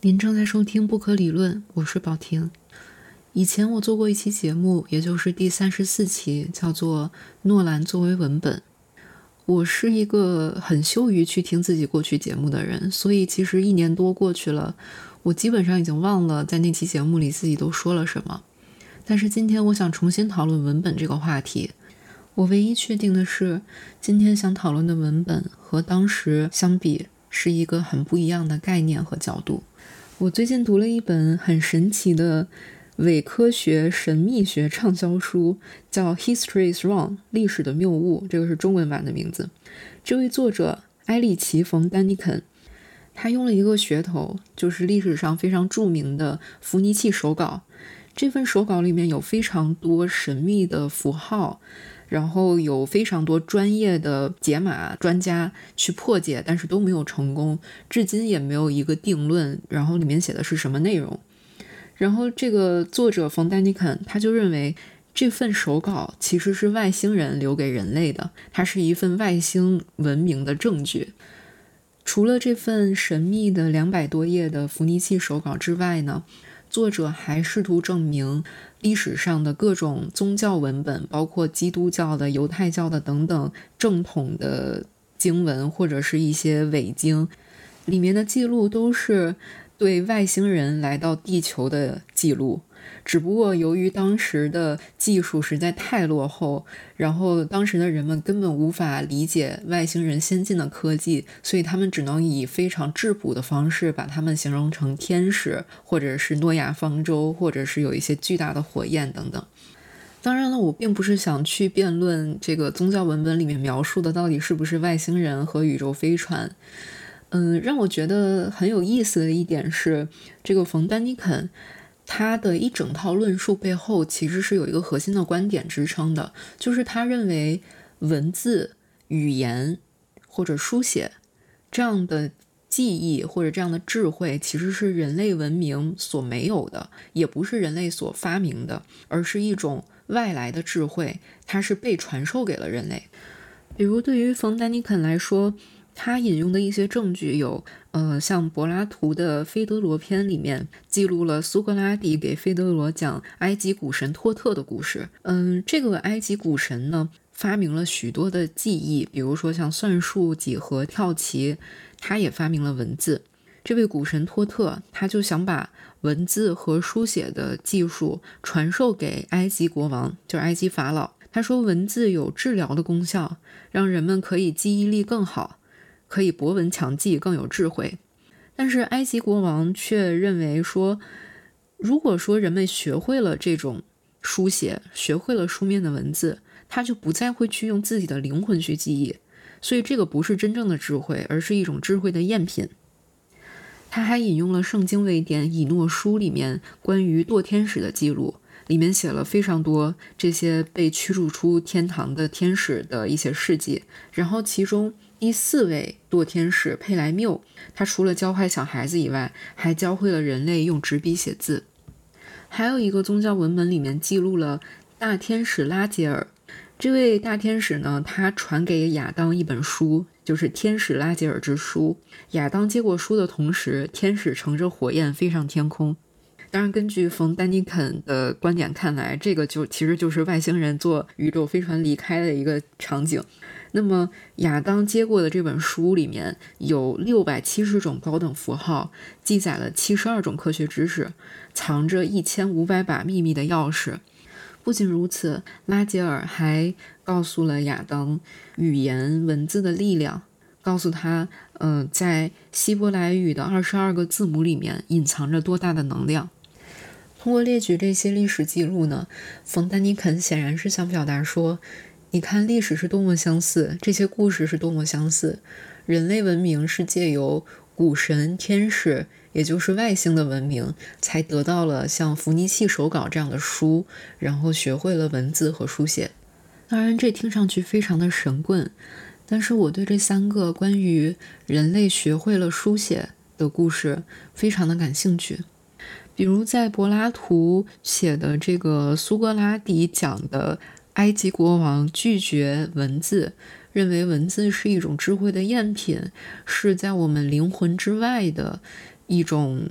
您正在收听《不可理论》，我是宝婷。以前我做过一期节目，也就是第34期，叫做诺兰作为文本。我是一个很羞于去听自己过去节目的人，所以其实1年多过去了，我基本上已经忘了在那期节目里自己都说了什么。但是今天我想重新讨论文本这个话题。我唯一确定的是，今天想讨论的文本和当时相比是一个很不一样的概念和角度。我最近读了一本很神奇的伪科学神秘学畅销书，叫 History is Wrong 历史的谬误，这个是中文版的名字。这位作者埃里奇·冯·丹尼肯，他用了一个噱头，就是历史上非常著名的伏尼契手稿。这份手稿里面有非常多神秘的符号，然后有非常多专业的解码专家去破解，但是都没有成功，至今也没有一个定论，然后里面写的是什么内容。然后这个作者冯·丹尼肯他就认为这份手稿其实是外星人留给人类的，它是一份外星文明的证据。除了这份神秘的200多页的伏尼契手稿之外呢，作者还试图证明历史上的各种宗教文本，包括基督教的、犹太教的等等正统的经文或者是一些伪经，里面的记录都是对外星人来到地球的记录。只不过由于当时的技术实在太落后，然后当时的人们根本无法理解外星人先进的科技，所以他们只能以非常质朴的方式把他们形容成天使，或者是诺亚方舟，或者是有一些巨大的火焰等等。当然了，我并不是想去辩论这个宗教文本里面描述的到底是不是外星人和宇宙飞船。让我觉得很有意思的一点是，这个冯·丹尼肯他的一整套论述背后其实是有一个核心的观点支撑的，就是他认为文字、语言或者书写这样的记忆或者这样的智慧其实是人类文明所没有的，也不是人类所发明的，而是一种外来的智慧，它是被传授给了人类。比如对于冯·丹尼肯来说，他引用的一些证据有像柏拉图的《菲德罗篇》里面记录了苏格拉底给菲德罗讲埃及古神托特的故事。这个埃及古神呢，发明了许多的技艺，比如说像算术、几何、跳棋，他也发明了文字。这位古神托特他就想把文字和书写的技术传授给埃及国王，就是埃及法老。他说文字有治疗的功效，让人们可以记忆力更好，可以博闻强记，更有智慧。但是埃及国王却认为说，如果说人们学会了这种书写，学会了书面的文字，他就不再会去用自己的灵魂去记忆，所以这个不是真正的智慧，而是一种智慧的赝品。他还引用了圣经微典以诺书里面关于堕天使的记录，里面写了非常多这些被驱逐出天堂的天使的一些事迹。然后其中第4位堕天使佩莱缪，他除了教坏小孩子以外，还教会了人类用纸笔写字。还有一个宗教文本里面记录了大天使拉杰尔，这位大天使呢，他传给亚当一本书，就是天使拉杰尔之书。亚当接过书的同时，天使乘着火焰飞上天空。当然根据冯·丹尼肯的观点看来，这个其实就是外星人坐宇宙飞船离开的一个场景。那么亚当接过的这本书里面有670种高等符号，记载了72种科学知识，藏着1500把秘密的钥匙。不仅如此，拉杰尔还告诉了亚当语言文字的力量，告诉他在希伯来语的22个字母里面隐藏着多大的能量。通过列举这些历史记录呢，冯·丹尼肯显然是想表达说，你看历史是多么相似，这些故事是多么相似，人类文明是借由古神、天使，也就是外星的文明，才得到了像伏尼契手稿这样的书，然后学会了文字和书写。当然这听上去非常的神棍，但是我对这3个关于人类学会了书写的故事非常的感兴趣。比如在柏拉图写的这个苏格拉底讲的埃及国王拒绝文字，认为文字是一种智慧的赝品，是在我们灵魂之外的一种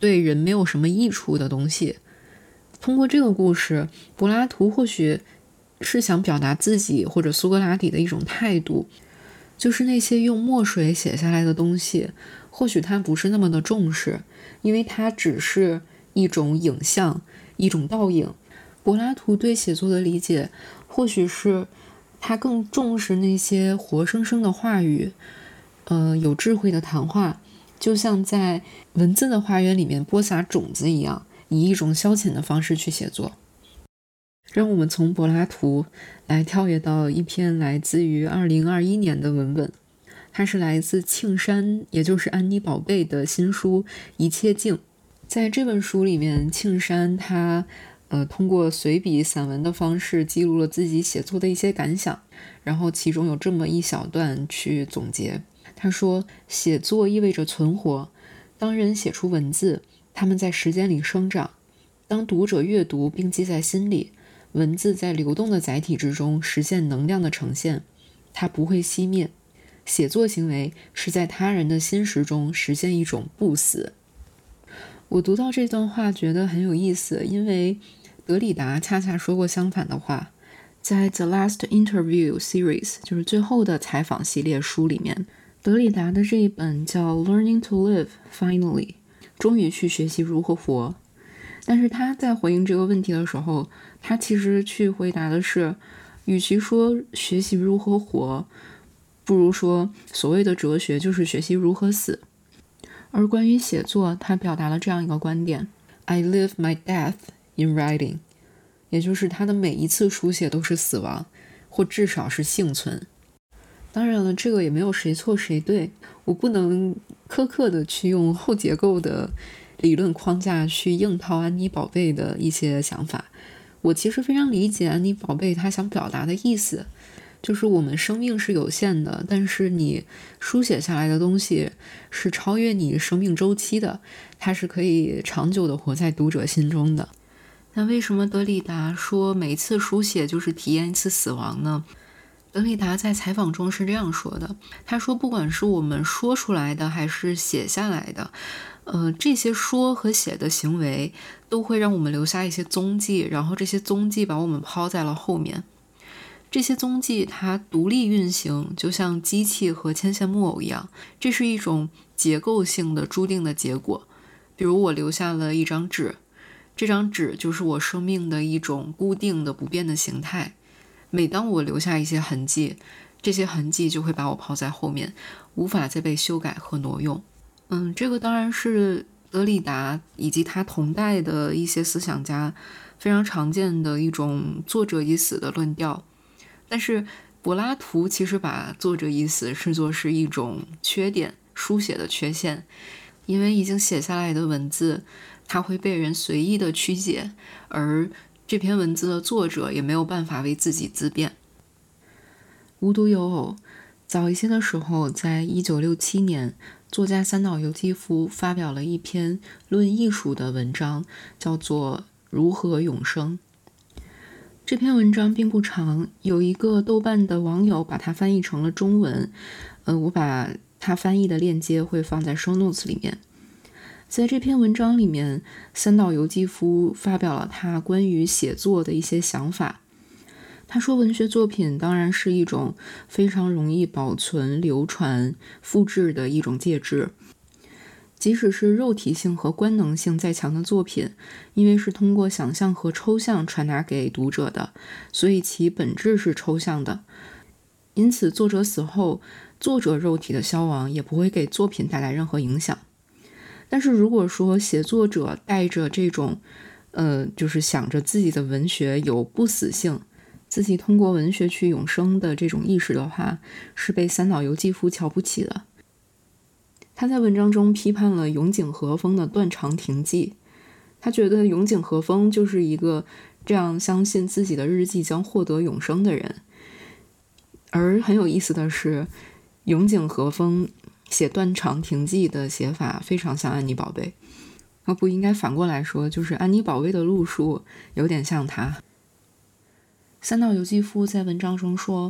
对人没有什么益处的东西。通过这个故事，柏拉图或许是想表达自己或者苏格拉底的一种态度，就是那些用墨水写下来的东西，或许他不是那么的重视，因为它只是一种影像，一种倒影。柏拉图对写作的理解，或许是他更重视那些活生生的话语，有智慧的谈话，就像在文字的花园里面播撒种子一样，以一种消遣的方式去写作。让我们从柏拉图来跳跃到一篇来自于2021年的文本，它是来自庆山，也就是安妮宝贝的新书《一切境》。在这本书里面，庆山他通过随笔散文的方式记录了自己写作的一些感想，然后其中有这么一小段去总结。他说，写作意味着存活，当人写出文字，他们在时间里生长，当读者阅读并记在心里，文字在流动的载体之中实现能量的呈现，它不会熄灭。写作行为是在他人的心识中实现一种不死。我读到这段话觉得很有意思，因为德里达恰恰说过相反的话。在 The Last Interview Series， 就是最后的采访系列书里面，德里达的这一本叫 Learning to Live Finally， 终于去学习如何活。但是他在回应这个问题的时候，他其实去回答的是，与其说学习如何活，不如说所谓的哲学就是学习如何死。而关于写作，他表达了这样一个观点 I live my death in writing， 也就是他的每一次书写都是死亡，或至少是幸存。当然了，这个也没有谁错谁对，我不能苛刻的去用后结构的理论框架去硬套安妮宝贝的一些想法。我其实非常理解安妮宝贝她想表达的意思，就是我们生命是有限的，但是你书写下来的东西是超越你生命周期的，它是可以长久的活在读者心中的。那为什么德里达说每次书写就是体验一次死亡呢？德里达在采访中是这样说的，他说不管是我们说出来的还是写下来的，这些说和写的行为都会让我们留下一些踪迹，然后这些踪迹把我们抛在了后面。这些踪迹它独立运行，就像机器和牵线木偶一样，这是一种结构性的注定的结果。比如我留下了一张纸，这张纸就是我生命的一种固定的不变的形态。每当我留下一些痕迹，这些痕迹就会把我抛在后面，无法再被修改和挪用。这个当然是德里达以及他同代的一些思想家非常常见的一种作者已死的论调。但是柏拉图其实把作者已死视作是一种缺点，书写的缺陷，因为已经写下来的文字它会被人随意的曲解，而这篇文字的作者也没有办法为自己自辩。无独有偶，早一些的时候，在1967年，作家三岛由纪夫发表了一篇论艺术的文章，叫做《如何永生》。这篇文章并不长，有一个豆瓣的网友把它翻译成了中文，我把它翻译的链接会放在 show notes 里面。在这篇文章里面，三岛由纪夫发表了他关于写作的一些想法。他说，文学作品当然是一种非常容易保存、流传、复制的一种介质。即使是肉体性和官能性再强的作品，因为是通过想象和抽象传达给读者的，所以其本质是抽象的。因此，作者死后，作者肉体的消亡也不会给作品带来任何影响。但是如果说写作者带着这种就是想着自己的文学有不死性，自己通过文学去永生的这种意识的话，是被三岛由纪夫瞧不起的。他在文章中批判了永井和风的断肠亭记，他觉得永井和风就是一个这样相信自己的日记将获得永生的人。而很有意思的是，永井和风写断肠亭记的写法非常像安妮宝贝，不应该反过来说，就是安妮宝贝的路数有点像他。三岛由纪夫在文章中说，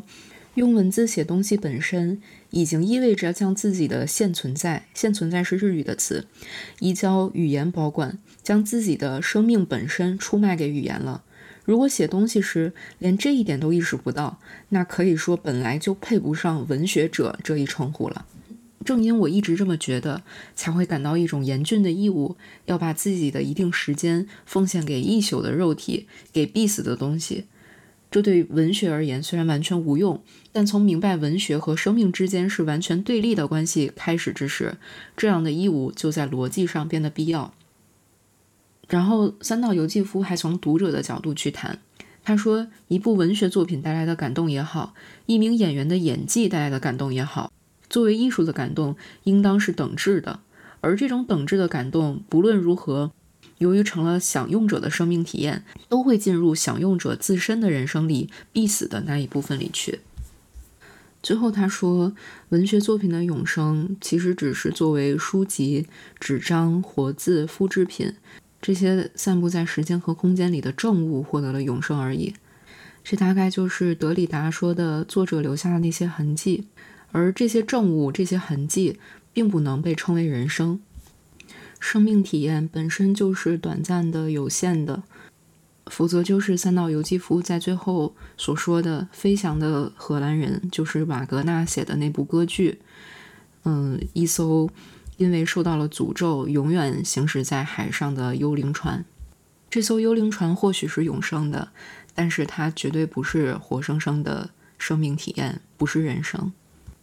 用文字写东西本身已经意味着将自己的现存在是日语的词，移交语言保管，将自己的生命本身出卖给语言了。如果写东西时连这一点都意识不到，那可以说本来就配不上文学者这一称呼了。正因我一直这么觉得，才会感到一种严峻的义务，要把自己的一定时间奉献给一宿的肉体，给必死的东西。这对文学而言虽然完全无用，但从明白文学和生命之间是完全对立的关系开始之时，这样的义务就在逻辑上变得必要。然后三岛由纪夫还从读者的角度去谈，他说一部文学作品带来的感动也好，一名演员的演技带来的感动也好，作为艺术的感动应当是等质的，而这种等质的感动不论如何，由于成了享用者的生命体验，都会进入享用者自身的人生里必死的那一部分里去。最后他说，文学作品的永生其实只是作为书籍、纸张、活字、复制品，这些散布在时间和空间里的证物获得了永生而已。这大概就是德里达说的作者留下的那些痕迹，而这些证物、这些痕迹并不能被称为人生。生命体验本身就是短暂的、有限的，否则就是三岛由纪夫在最后所说的飞翔的荷兰人，就是瓦格纳写的那部歌剧，一艘因为受到了诅咒永远行驶在海上的幽灵船。这艘幽灵船或许是永生的，但是它绝对不是活生生的生命体验，不是人生。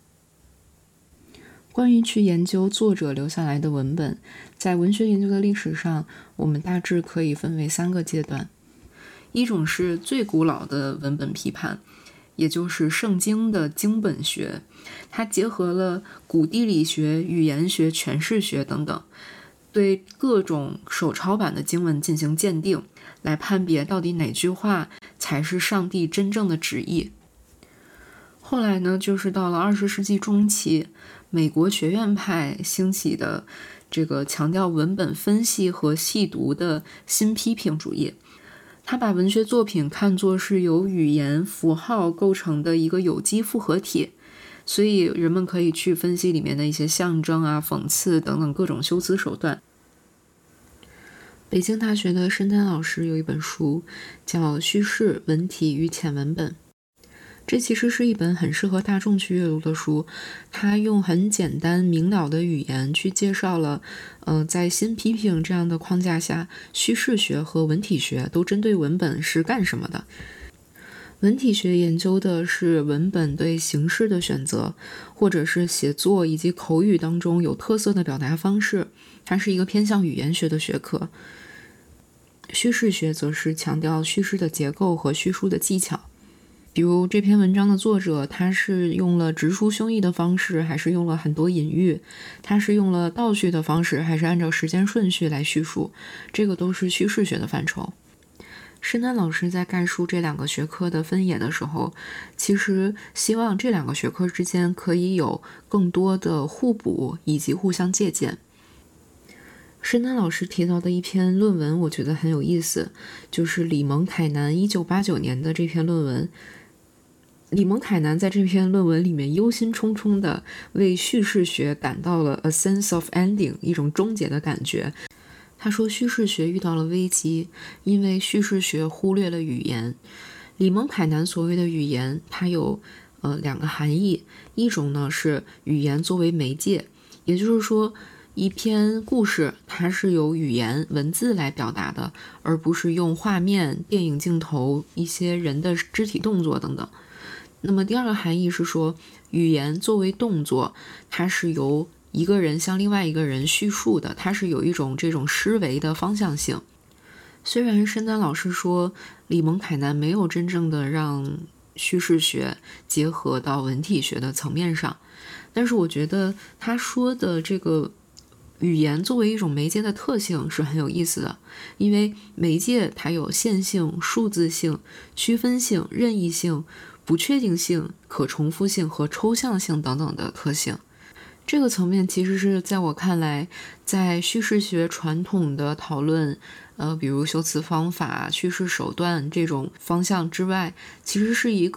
关于去研究作者留下来的文本，在文学研究的历史上，我们大致可以分为3个阶段。一种是最古老的文本批判，也就是圣经的经本学，它结合了古地理学、语言学、诠释学等等，对各种手抄版的经文进行鉴定，来判别到底哪句话才是上帝真正的旨意。后来呢，就是到了20世纪中期，美国学院派兴起的这个强调文本分析和细读的新批评主义，他把文学作品看作是由语言符号构成的一个有机复合体，所以人们可以去分析里面的一些象征啊、讽刺等等各种修辞手段。北京大学的申丹老师有一本书叫《叙事、文体与浅文本》，这其实是一本很适合大众去阅读的书，他用很简单明了的语言去介绍了在新批评这样的框架下，叙事学和文体学都针对文本是干什么的。文体学研究的是文本对形式的选择，或者是写作以及口语当中有特色的表达方式，它是一个偏向语言学的学科。叙事学则是强调叙事的结构和叙述的技巧，比如这篇文章的作者，他是用了直抒胸臆的方式，还是用了很多隐喻，他是用了倒叙的方式，还是按照时间顺序来叙述，这个都是叙事学的范畴。申丹老师在概述这2个学科的分野的时候，其实希望这2个学科之间可以有更多的互补以及互相借鉴。申丹老师提到的一篇论文我觉得很有意思，就是李蒙凯南1989年的这篇论文。李蒙凯南在这篇论文里面忧心忡忡地为叙事学感到了 a sense of ending， 一种终结的感觉。他说叙事学遇到了危机，因为叙事学忽略了语言。李蒙凯南所谓的语言，它有2个含义，一种呢是语言作为媒介，也就是说一篇故事它是由语言文字来表达的，而不是用画面、电影镜头、一些人的肢体动作等等。那么第2个含义是说，语言作为动作，它是由一个人向另外一个人叙述的，它是有一种这种思维的方向性。虽然申丹老师说李蒙凯南没有真正的让叙事学结合到文体学的层面上，但是我觉得他说的这个语言作为一种媒介的特性是很有意思的，因为媒介它有线性、数字性、区分性、任意性、不确定性、可重复性和抽象性等等的特性。这个层面其实是在我看来，在叙事学传统的讨论比如修辞方法、叙事手段这种方向之外，其实是一个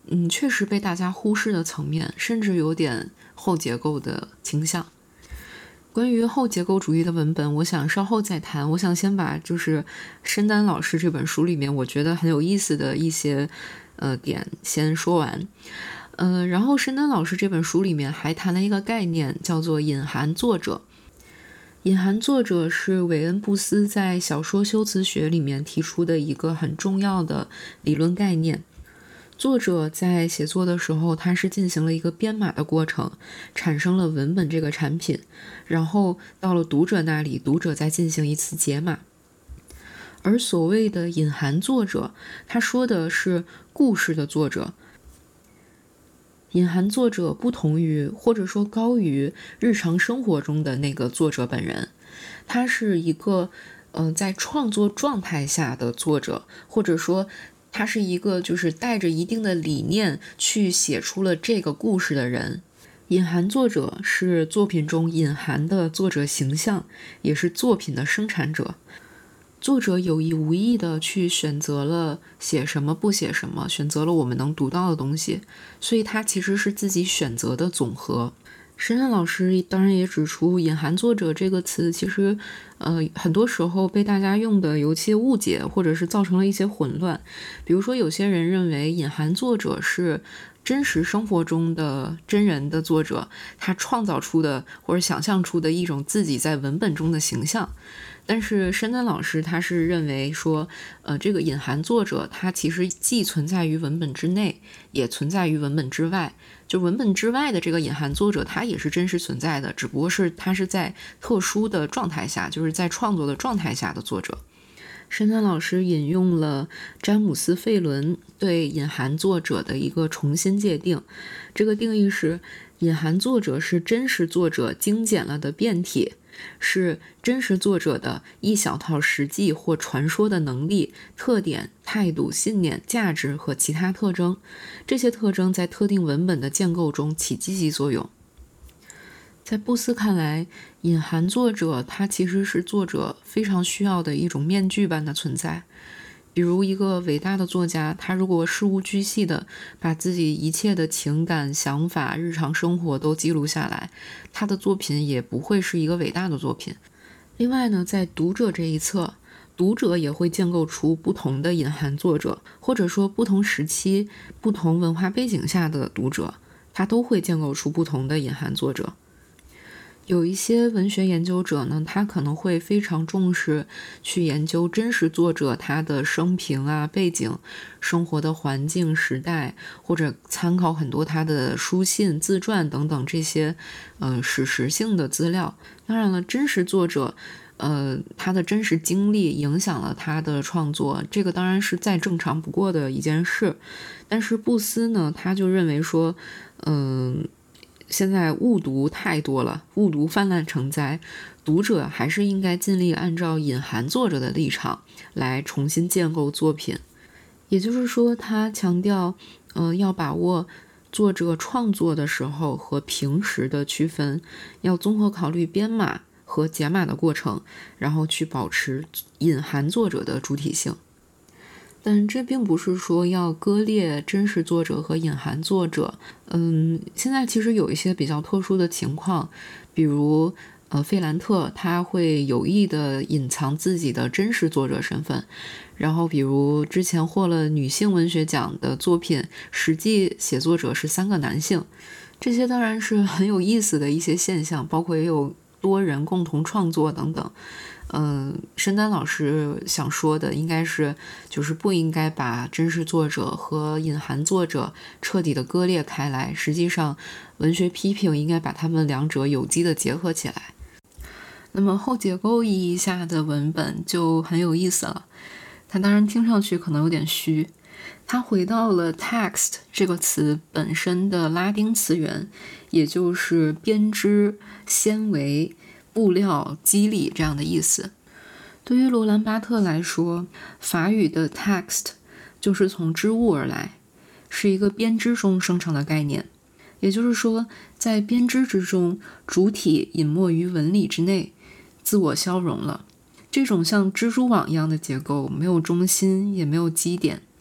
确实被大家忽视的层面，甚至有点后结构的倾向。关于后结构主义的文本，我想稍后再谈。我想先把就是申丹老师这本书里面我觉得很有意思的一些点先说完。然后申丹老师这本书里面还谈了一个概念，叫做隐含作者。隐含作者是韦恩·布斯在小说修辞学里面提出的一个很重要的理论概念。作者在写作的时候，他是进行了一个编码的过程，产生了文本这个产品，然后到了读者那里，读者再进行一次解码。而所谓的隐含作者，他说的是故事的作者。隐含作者不同于或者说高于日常生活中的那个作者本人，他是一个在创作状态下的作者，或者说他是一个就是带着一定的理念去写出了这个故事的人。隐含作者是作品中隐含的作者形象，也是作品的生产者。作者有意无意的去选择了写什么不写什么，选择了我们能读到的东西，所以它其实是自己选择的总和。申丹老师当然也指出，隐含作者这个词其实很多时候被大家用的有一些误解，或者是造成了一些混乱。比如说有些人认为隐含作者是真实生活中的真人的作者，他创造出的或者想象出的一种自己在文本中的形象。但是申丹老师他是认为说，这个隐含作者他其实既存在于文本之内，也存在于文本之外。就文本之外的这个隐含作者，他也是真实存在的，只不过是他是在特殊的状态下，就是在创作的状态下的作者。申丹老师引用了詹姆斯·费伦对隐含作者的一个重新界定，这个定义是：隐含作者是真实作者精简了的变体，是真实作者的一小套实际或传说的能力、特点、态度、信念、价值和其他特征。这些特征在特定文本的建构中起积极作用。在布斯看来，隐含作者他其实是作者非常需要的一种面具般的存在。比如一个伟大的作家，他如果事无巨细的把自己一切的情感、想法、日常生活都记录下来，他的作品也不会是一个伟大的作品。另外呢，在读者这一侧，读者也会建构出不同的隐含作者，或者说不同时期、不同文化背景下的读者，他都会建构出不同的隐含作者。有一些文学研究者呢，他可能会非常重视去研究真实作者他的生平啊、背景、生活的环境、时代，或者参考很多他的书信、自传等等这些史实性的资料。当然了，真实作者他的真实经历影响了他的创作，这个当然是再正常不过的一件事。但是布斯呢，他就认为说现在误读太多了，误读泛滥成灾，读者还是应该尽力按照隐含作者的立场来重新建构作品。也就是说，他强调要把握作者创作的时候和平时的区分，要综合考虑编码和解码的过程，然后去保持隐含作者的主体性。但这并不是说要割裂真实作者和隐含作者。现在其实有一些比较特殊的情况，比如费兰特他会有意的隐藏自己的真实作者身份，然后比如之前获了女性文学奖的作品，实际写作者是3个男性。这些当然是很有意思的一些现象，包括也有多人共同创作等等。申丹老师想说的应该是，就是不应该把真实作者和隐含作者彻底的割裂开来，实际上文学批评应该把它们两者有机的结合起来。那么后结构意义下的文本就很有意思了，它当然听上去可能有点虚，它回到了 text 这个词本身的拉丁词源，也就是编织、纤维、布料、肌理这样的意思。对于罗兰巴特来说，法语的 text 就是从织物而来，是一个编织中生成的概念。也就是说，在编织之中，主体隐没于纹理之内，自我消融了。这种像蜘蛛网一样的结构，没有中心，也没有基点。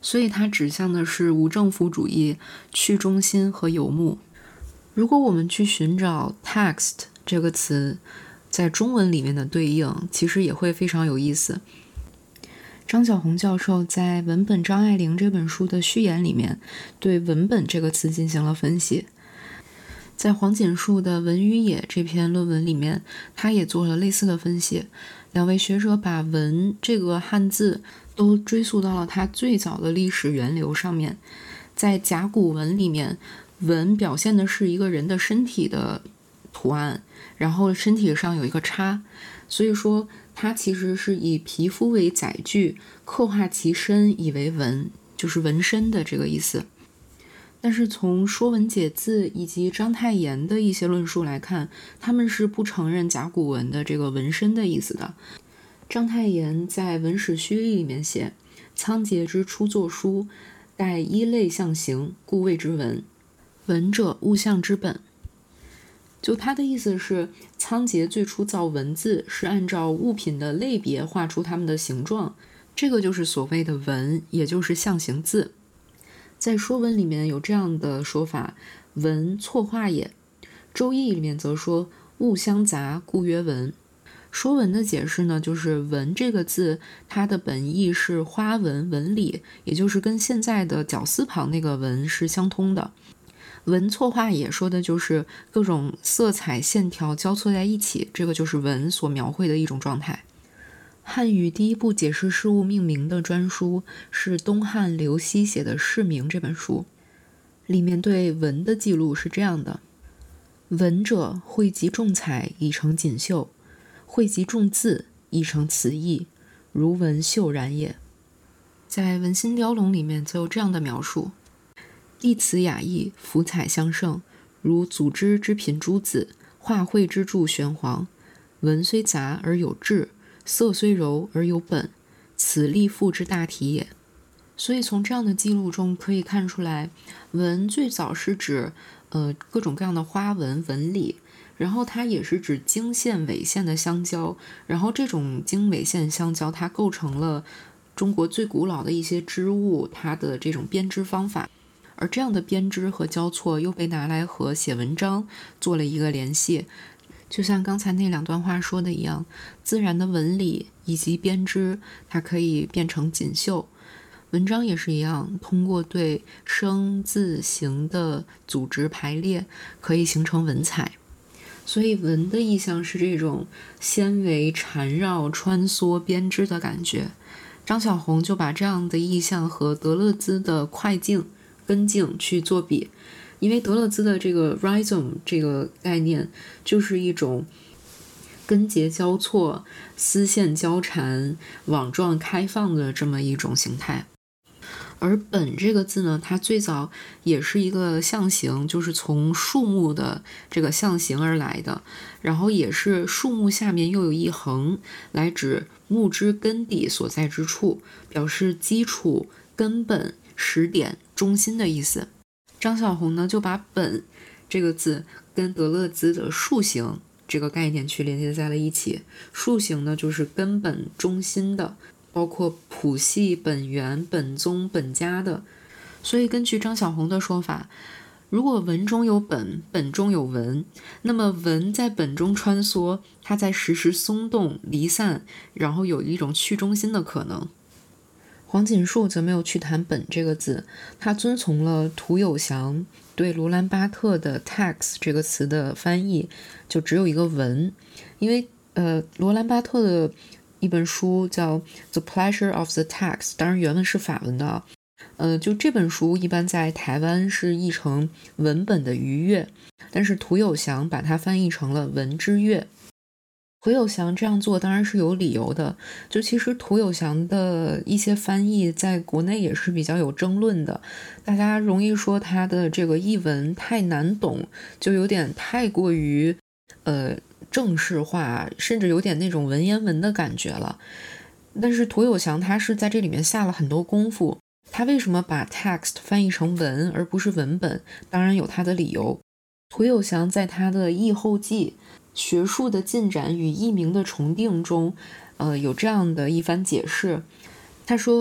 所以它指向的是无政府主义、去中心和游牧。如果我们去寻找 text 这个词在中文里面的对应，其实也会非常有意思。张晓红教授在《文本张爱玲》这本书的序言里面，对文本这个词进行了分析。在黄锦树的《文与野》这篇论文里面，他也做了类似的分析。两位学者把文这个汉字都追溯到了它最早的历史源流上面。在甲骨文里面，文表现的是一个人的身体的图案，然后身体上有一个叉，所以说它其实是以皮肤为载具，刻画其身以为文，就是纹身的这个意思。但是从《说文解字》以及章太炎的一些论述来看，他们是不承认甲骨文的这个纹身的意思的。章太炎在《文史虚例》里面写：“仓颉之初作书，待依类象形，故谓之文。文者，物象之本。”就他的意思是，仓颉最初造文字是按照物品的类别画出它们的形状，这个就是所谓的文，也就是象形字。在《说文》里面有这样的说法：“文，错画也。”《周易》里面则说：“物相杂，故曰文。”《说文》的解释呢，就是“文”这个字，它的本意是花纹、纹理，也就是跟现在的绞丝旁那个“文”是相通的。文错画也说的就是各种色彩线条交错在一起，这个就是文所描绘的一种状态。汉语第一部解释事物命名的专书是东汉刘熙写的《释名》这本书，里面对文的记录是这样的：文者，汇集众彩以成锦绣，汇集众字以成词义，如文秀然也。在《文心雕龙》里面则有这样的描述：意词雅逸，福彩相胜，如组织之品诸子，画绘之著玄黄。文虽杂而有志，色虽柔而有本，此立赋之大体也。所以从这样的记录中可以看出来，文最早是指各种各样的花纹纹理，然后它也是指经线纬线的相交，然后这种经纬线相交，它构成了中国最古老的一些织物，它的这种编织方法。而这样的编织和交错又被拿来和写文章做了一个联系，就像刚才那两段话说的一样，自然的纹理以及编织，它可以变成锦绣。文章也是一样，通过对声字形的组织排列，可以形成文采。所以文的意象是这种纤维缠绕、穿梭、编织的感觉。张晓红就把这样的意象和德勒兹的快镜、根茎去做比，因为德勒兹的这个 rhizome 这个概念就是一种根节交错、丝线交缠、网状开放的这么一种形态。而本这个字呢，它最早也是一个象形，就是从树木的这个象形而来的，然后也是树木下面又有一横，来指木之根底所在之处，表示基础、根本、始点、中心的意思。张晓红呢，就把本这个字跟德勒兹的树形这个概念去连接在了一起。树形呢，就是根本中心的，包括谱系、本源、本宗、本家的。所以根据张晓红的说法，如果文中有本，本中有文，那么文在本中穿梭，它在时时松动离散，然后有一种去中心的可能。黄锦树则没有去谈本这个字，他遵从了屠有祥对罗兰巴特的 text 这个词的翻译，就只有一个文。因为罗兰巴特的一本书叫 The Pleasure of the Text， 当然原文是法文的啊。就这本书一般在台湾是译成文本的愉悦，但是屠有祥把它翻译成了文之悦。屠有祥这样做当然是有理由的，就其实屠有祥的一些翻译在国内也是比较有争论的，大家容易说他的这个译文太难懂，就有点太过于正式化，甚至有点那种文言文的感觉了。但是屠有祥他是在这里面下了很多功夫，他为什么把 text 翻译成文而不是文本，当然有他的理由。屠有祥在他的译后记学术的进展与译名的重定中有这样的一番解释。他说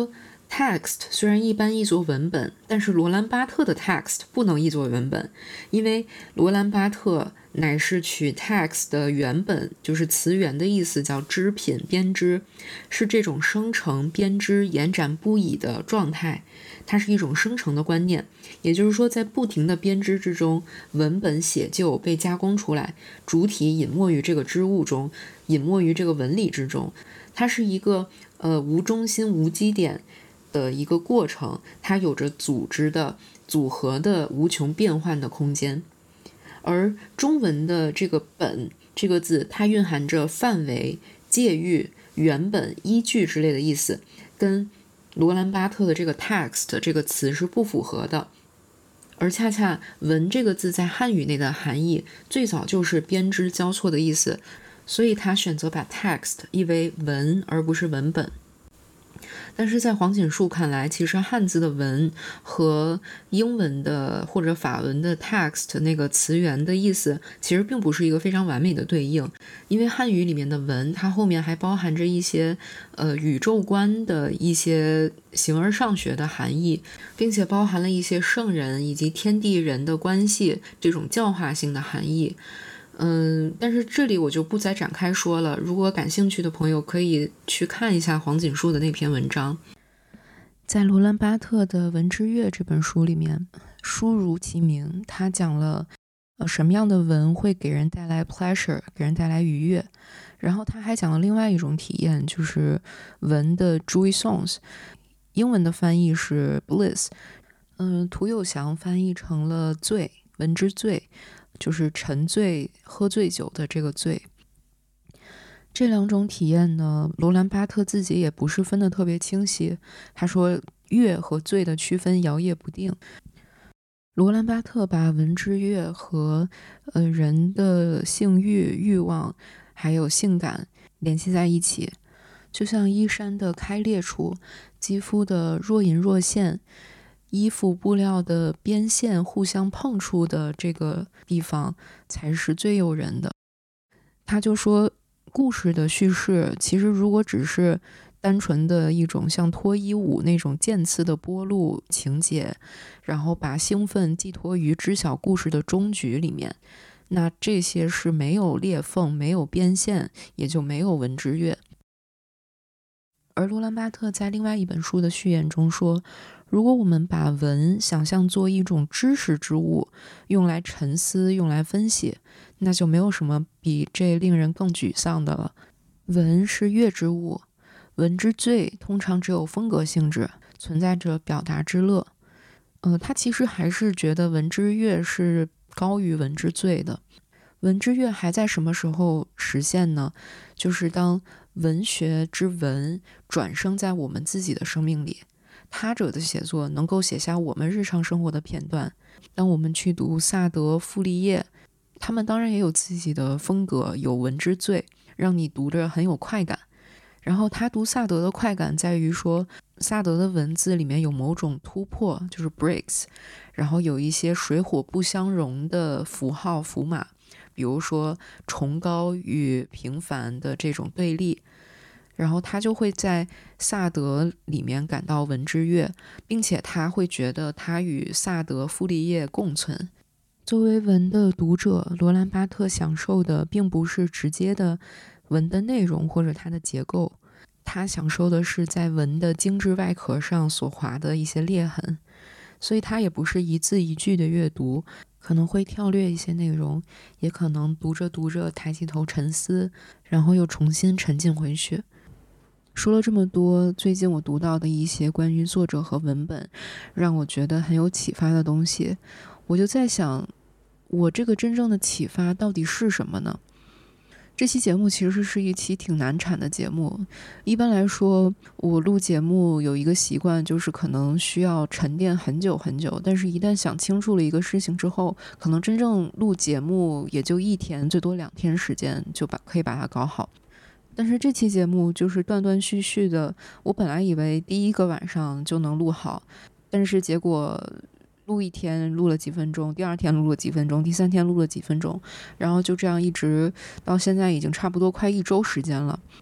text 虽然一般译作文本，但是罗兰巴特的 text 不能译作文本，因为罗兰巴特乃是取 text 的原本，就是词源的意思叫织品、编织，是这种生成、编织、延展不已的状态，它是一种生成的观念。也就是说，在不停的编织之中，文本写就被加工出来，主体隐没于这个织物中，隐没于这个纹理之中，它是一个无中心、无基点的一个过程，它有着组织的、组合的、无穷变换的空间。而中文的这个本这个字，它蕴含着范围、界域、原本、依据之类的意思，跟罗兰巴特的这个 text 这个词是不符合的。而恰恰文这个字在汉语内的含义最早就是编织交错的意思，所以他选择把 text 译为文而不是文本。但是在黄锦树看来，其实汉字的文和英文的或者法文的 text 那个词源的意思其实并不是一个非常完美的对应，因为汉语里面的文它后面还包含着一些宇宙观的一些形而上学的含义，并且包含了一些圣人以及天地人的关系这种教化性的含义。但是这里我就不再展开说了，如果感兴趣的朋友可以去看一下黄锦树的那篇文章。在罗兰巴特的《文之乐》这本书里面，书如其名，他讲了什么样的文会给人带来 pleasure， 给人带来愉悦。然后他还讲了另外一种体验，就是文的 joy songs， 英文的翻译是 bliss，涂有祥翻译成了醉，文之醉，就是沉醉、喝醉酒的这个醉。这两种体验呢，罗兰巴特自己也不是分得特别清晰。他说，乐和醉的区分摇曳不定。罗兰巴特把文之乐和人的性欲、欲望还有性感联系在一起，就像衣衫的开裂处，肌肤的若隐若现，衣服布料的边线互相碰触的这个地方才是最诱人的。他就说，故事的叙事其实如果只是单纯的一种像脱衣舞那种渐次的剥露情节，然后把兴奋寄托于知晓故事的终局里面，那这些是没有裂缝、没有边线，也就没有文之乐。而罗兰巴特在另外一本书的序言中说，如果我们把文想象做一种知识之物，用来沉思、用来分析，那就没有什么比这令人更沮丧的了。文是乐之物，文之罪通常只有风格性质，存在着表达之乐。他其实还是觉得文之乐是高于文之罪的。文之乐还在什么时候实现呢？就是当文学之文转生在我们自己的生命里，他者的写作能够写下我们日常生活的片段。当我们去读萨德、傅立叶，他们当然也有自己的风格，有文之罪，让你读着很有快感。然后他读萨德的快感在于说，萨德的文字里面有某种突破，就是 breaks， 然后有一些水火不相容的符号符码，比如说崇高与平凡的这种对立，然后他就会在萨德里面感到文之乐，并且他会觉得他与萨德、傅立叶共存。作为文的读者，罗兰巴特享受的并不是直接的文的内容或者它的结构，他享受的是在文的精致外壳上所划的一些裂痕，所以他也不是一字一句的阅读，可能会跳略一些内容，也可能读着读着抬起头沉思，然后又重新沉浸回去。说了这么多，最近我读到的一些关于作者和文本让我觉得很有启发的东西，我就在想，我这个真正的启发到底是什么呢？这期节目其实是一期挺难产的节目。一般来说，我录节目有一个习惯，就是可能需要沉淀很久很久，但是一旦想清楚了一个事情之后，可能真正录节目也就1天最多2天时间就可以把它搞好。但是这期节目就是断断续续的，我本来以为第1个晚上就能录好，但是结果录1天录了几分钟，第2天录了几分钟，第3天录了几分钟，然后就这样一直到现在已经差不多快1周时间了。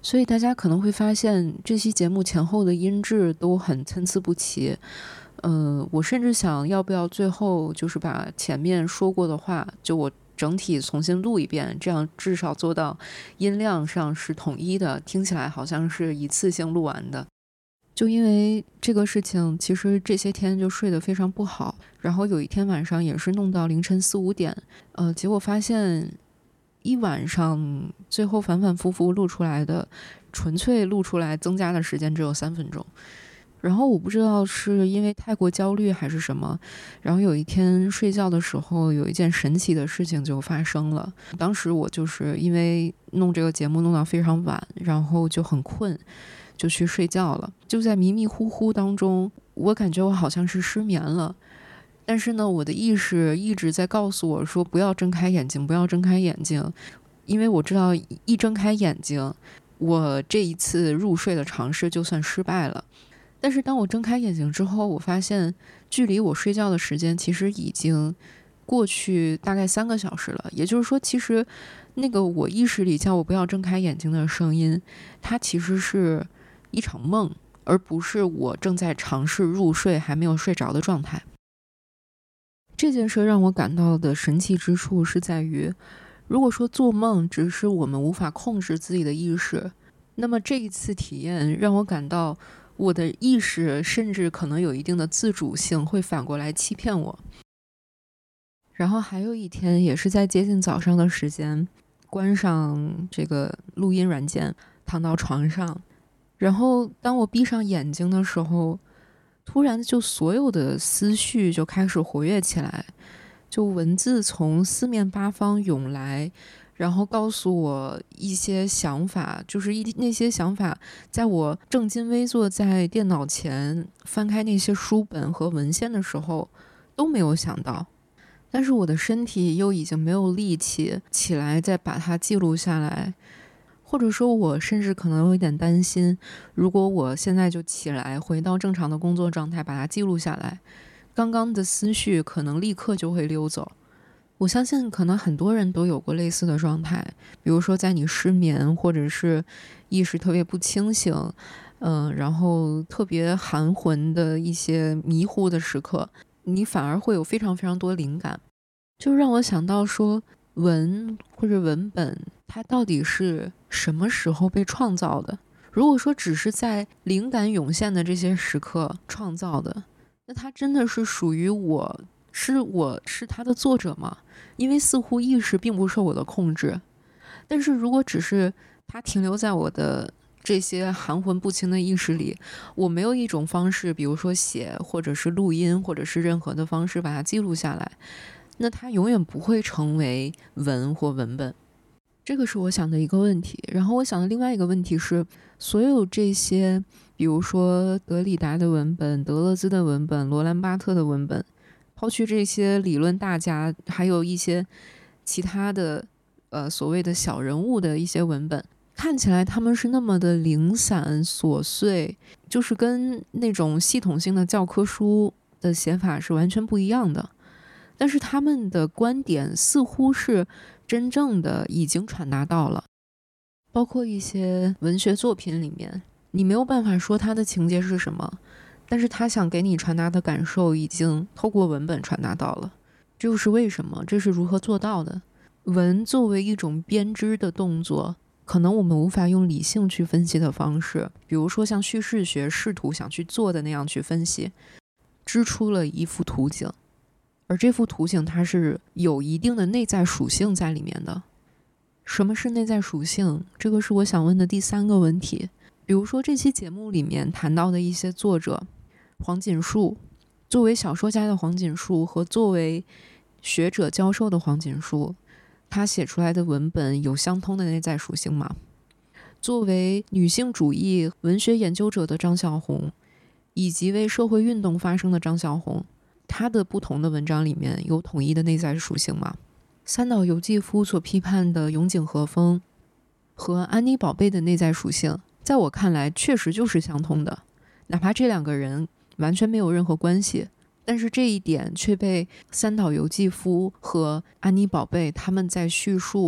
所以大家可能会发现这期节目前后的音质都很参差不齐。我甚至想要不要最后就是把前面说过的话，就我整体重新录一遍，这样至少做到音量上是统一的，听起来好像是一次性录完的。就因为这个事情，其实这些天就睡得非常不好，然后有一天晚上也是弄到凌晨4、5点，结果发现一晚上最后反反复复录出来的，纯粹录出来增加的时间只有3分钟。然后我不知道是因为太过焦虑还是什么，然后有一天睡觉的时候，有一件神奇的事情就发生了。当时我就是因为弄这个节目弄到非常晚，然后就很困，就去睡觉了。就在迷迷糊糊当中，我感觉我好像是失眠了，但是呢，我的意识一直在告诉我说不要睁开眼睛，不要睁开眼睛，因为我知道一睁开眼睛，我这一次入睡的尝试就算失败了。但是当我睁开眼睛之后，我发现距离我睡觉的时间其实已经过去大概3个小时了。也就是说，其实那个我意识里叫我不要睁开眼睛的声音，它其实是一场梦，而不是我正在尝试入睡还没有睡着的状态。这件事让我感到的神奇之处是在于，如果说做梦只是我们无法控制自己的意识，那么这一次体验让我感到我的意识甚至可能有一定的自主性，会反过来欺骗我。然后还有一天也是在接近早上的时间，关上这个录音软件，躺到床上，然后当我闭上眼睛的时候，突然就所有的思绪就开始活跃起来，就文字从四面八方涌来，然后告诉我一些想法，就是那些想法在我正襟危坐在电脑前翻开那些书本和文献的时候都没有想到，但是我的身体又已经没有力气起来再把它记录下来。或者说我甚至可能有一点担心，如果我现在就起来回到正常的工作状态把它记录下来，刚刚的思绪可能立刻就会溜走。我相信可能很多人都有过类似的状态，比如说在你失眠或者是意识特别不清醒，然后特别含混的一些迷糊的时刻，你反而会有非常非常多灵感。就让我想到说，文或者文本它到底是什么时候被创造的？如果说只是在灵感涌现的这些时刻创造的，那它真的是属于我是它的作者吗？因为似乎意识并不受我的控制。但是如果只是它停留在我的这些含混不清的意识里，我没有一种方式，比如说写或者是录音或者是任何的方式把它记录下来，那它永远不会成为文或文本。这个是我想的一个问题。然后我想的另外一个问题是，所有这些比如说德里达的文本、德勒兹的文本、罗兰巴特的文本，抛去这些理论大家，还有一些其他的所谓的小人物的一些文本，看起来他们是那么的零散琐碎，就是跟那种系统性的教科书的写法是完全不一样的。但是他们的观点似乎是真正的已经传达到了，包括一些文学作品里面，你没有办法说它的情节是什么，但是他想给你传达的感受已经透过文本传达到了。这又是为什么？这是如何做到的？文作为一种编织的动作，可能我们无法用理性去分析的方式，比如说像叙事学试图想去做的那样去分析，织出了一幅图景，而这幅图景它是有一定的内在属性在里面的。什么是内在属性？这个是我想问的第3个问题。比如说这期节目里面谈到的一些作者，黄锦树，作为小说家的黄锦树和作为学者教授的黄锦树，他写出来的文本有相通的内在属性吗？作为女性主义文学研究者的张小红，以及为社会运动发声的张小红，他的不同的文章里面有统一的内在属性吗？三岛由纪夫所批判的永井和风和安妮宝贝的内在属性，在我看来确实就是相通的，哪怕这2个人完全没有任何关系，但是这一点却被三岛由纪夫和安妮宝贝他们在叙述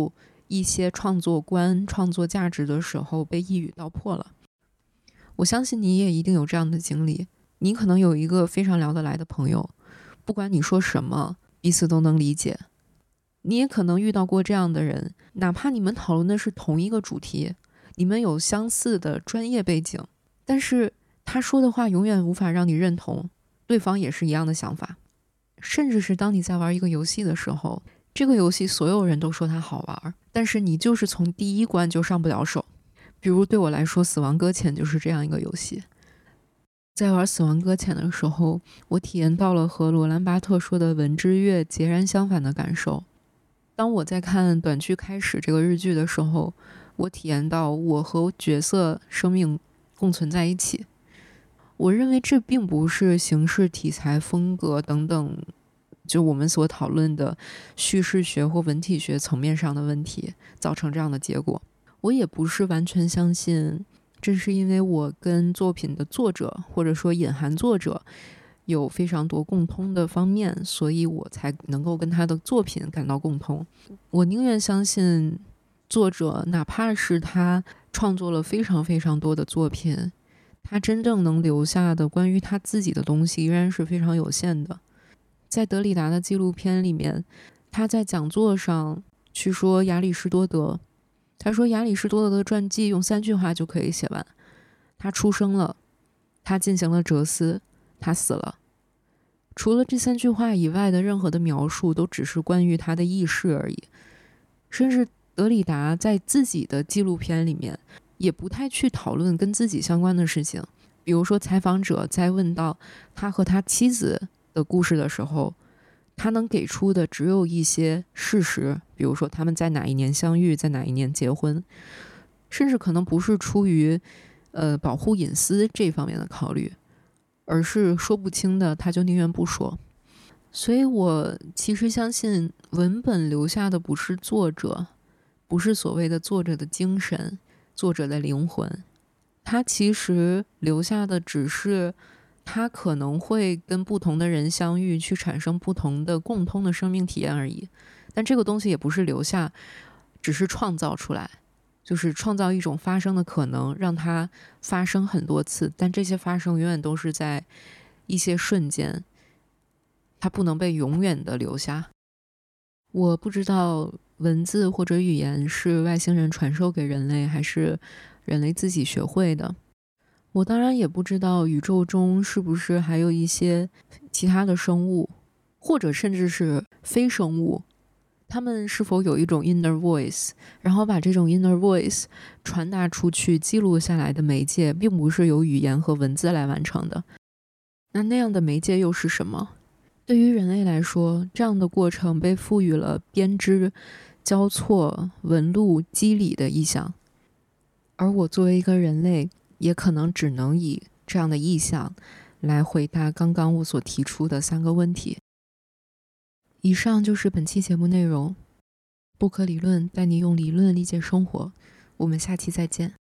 一些创作观、创作价值的时候被一语道破了。我相信你也一定有这样的经历，你可能有一个非常聊得来的朋友，不管你说什么，彼此都能理解。你也可能遇到过这样的人，哪怕你们讨论的是同一个主题，你们有相似的专业背景，但是他说的话永远无法让你认同，对方也是一样的想法。甚至是当你在玩一个游戏的时候，这个游戏所有人都说它好玩，但是你就是从第一关就上不了手。比如对我来说，死亡搁浅就是这样一个游戏。在玩死亡搁浅的时候，我体验到了和罗兰巴特说的文之月截然相反的感受。当我在看短剧开始这个日剧的时候，我体验到我和角色生命共存在一起。我认为这并不是形式、题材、风格等等，就我们所讨论的叙事学或文体学层面上的问题造成这样的结果。我也不是完全相信，正是因为我跟作品的作者或者说隐含作者有非常多共通的方面，所以我才能够跟他的作品感到共通。我宁愿相信作者，哪怕是他创作了非常非常多的作品，他真正能留下的关于他自己的东西依然是非常有限的。在德里达的纪录片里面，他在讲座上去说亚里士多德，他说亚里士多德的传记用3句话就可以写完：他出生了，他进行了哲思，他死了。除了这3句话以外的任何的描述都只是关于他的轶事而已。甚至德里达在自己的纪录片里面也不太去讨论跟自己相关的事情。比如说采访者在问到他和他妻子的故事的时候，他能给出的只有一些事实，比如说他们在哪一年相遇，在哪一年结婚，甚至可能不是出于保护隐私这方面的考虑，而是说不清的他就宁愿不说。所以我其实相信文本留下的不是作者，不是所谓的作者的精神，作者的灵魂，他其实留下的只是他可能会跟不同的人相遇，去产生不同的共通的生命体验而已。但这个东西也不是留下，只是创造出来，就是创造一种发生的可能，让它发生很多次，但这些发生永远都是在一些瞬间，它不能被永远的留下。我不知道文字或者语言是外星人传授给人类，还是人类自己学会的。我当然也不知道宇宙中是不是还有一些其他的生物，或者甚至是非生物，他们是否有一种 inner voice， 然后把这种 inner voice 传达出去，记录下来的媒介并不是由语言和文字来完成的。那样的媒介又是什么？对于人类来说，这样的过程被赋予了编织、交错、纹路、肌理的意象，而我作为一个人类，也可能只能以这样的意象来回答刚刚我所提出的3个问题。以上就是本期节目内容。不可理论带你用理论理解生活，我们下期再见。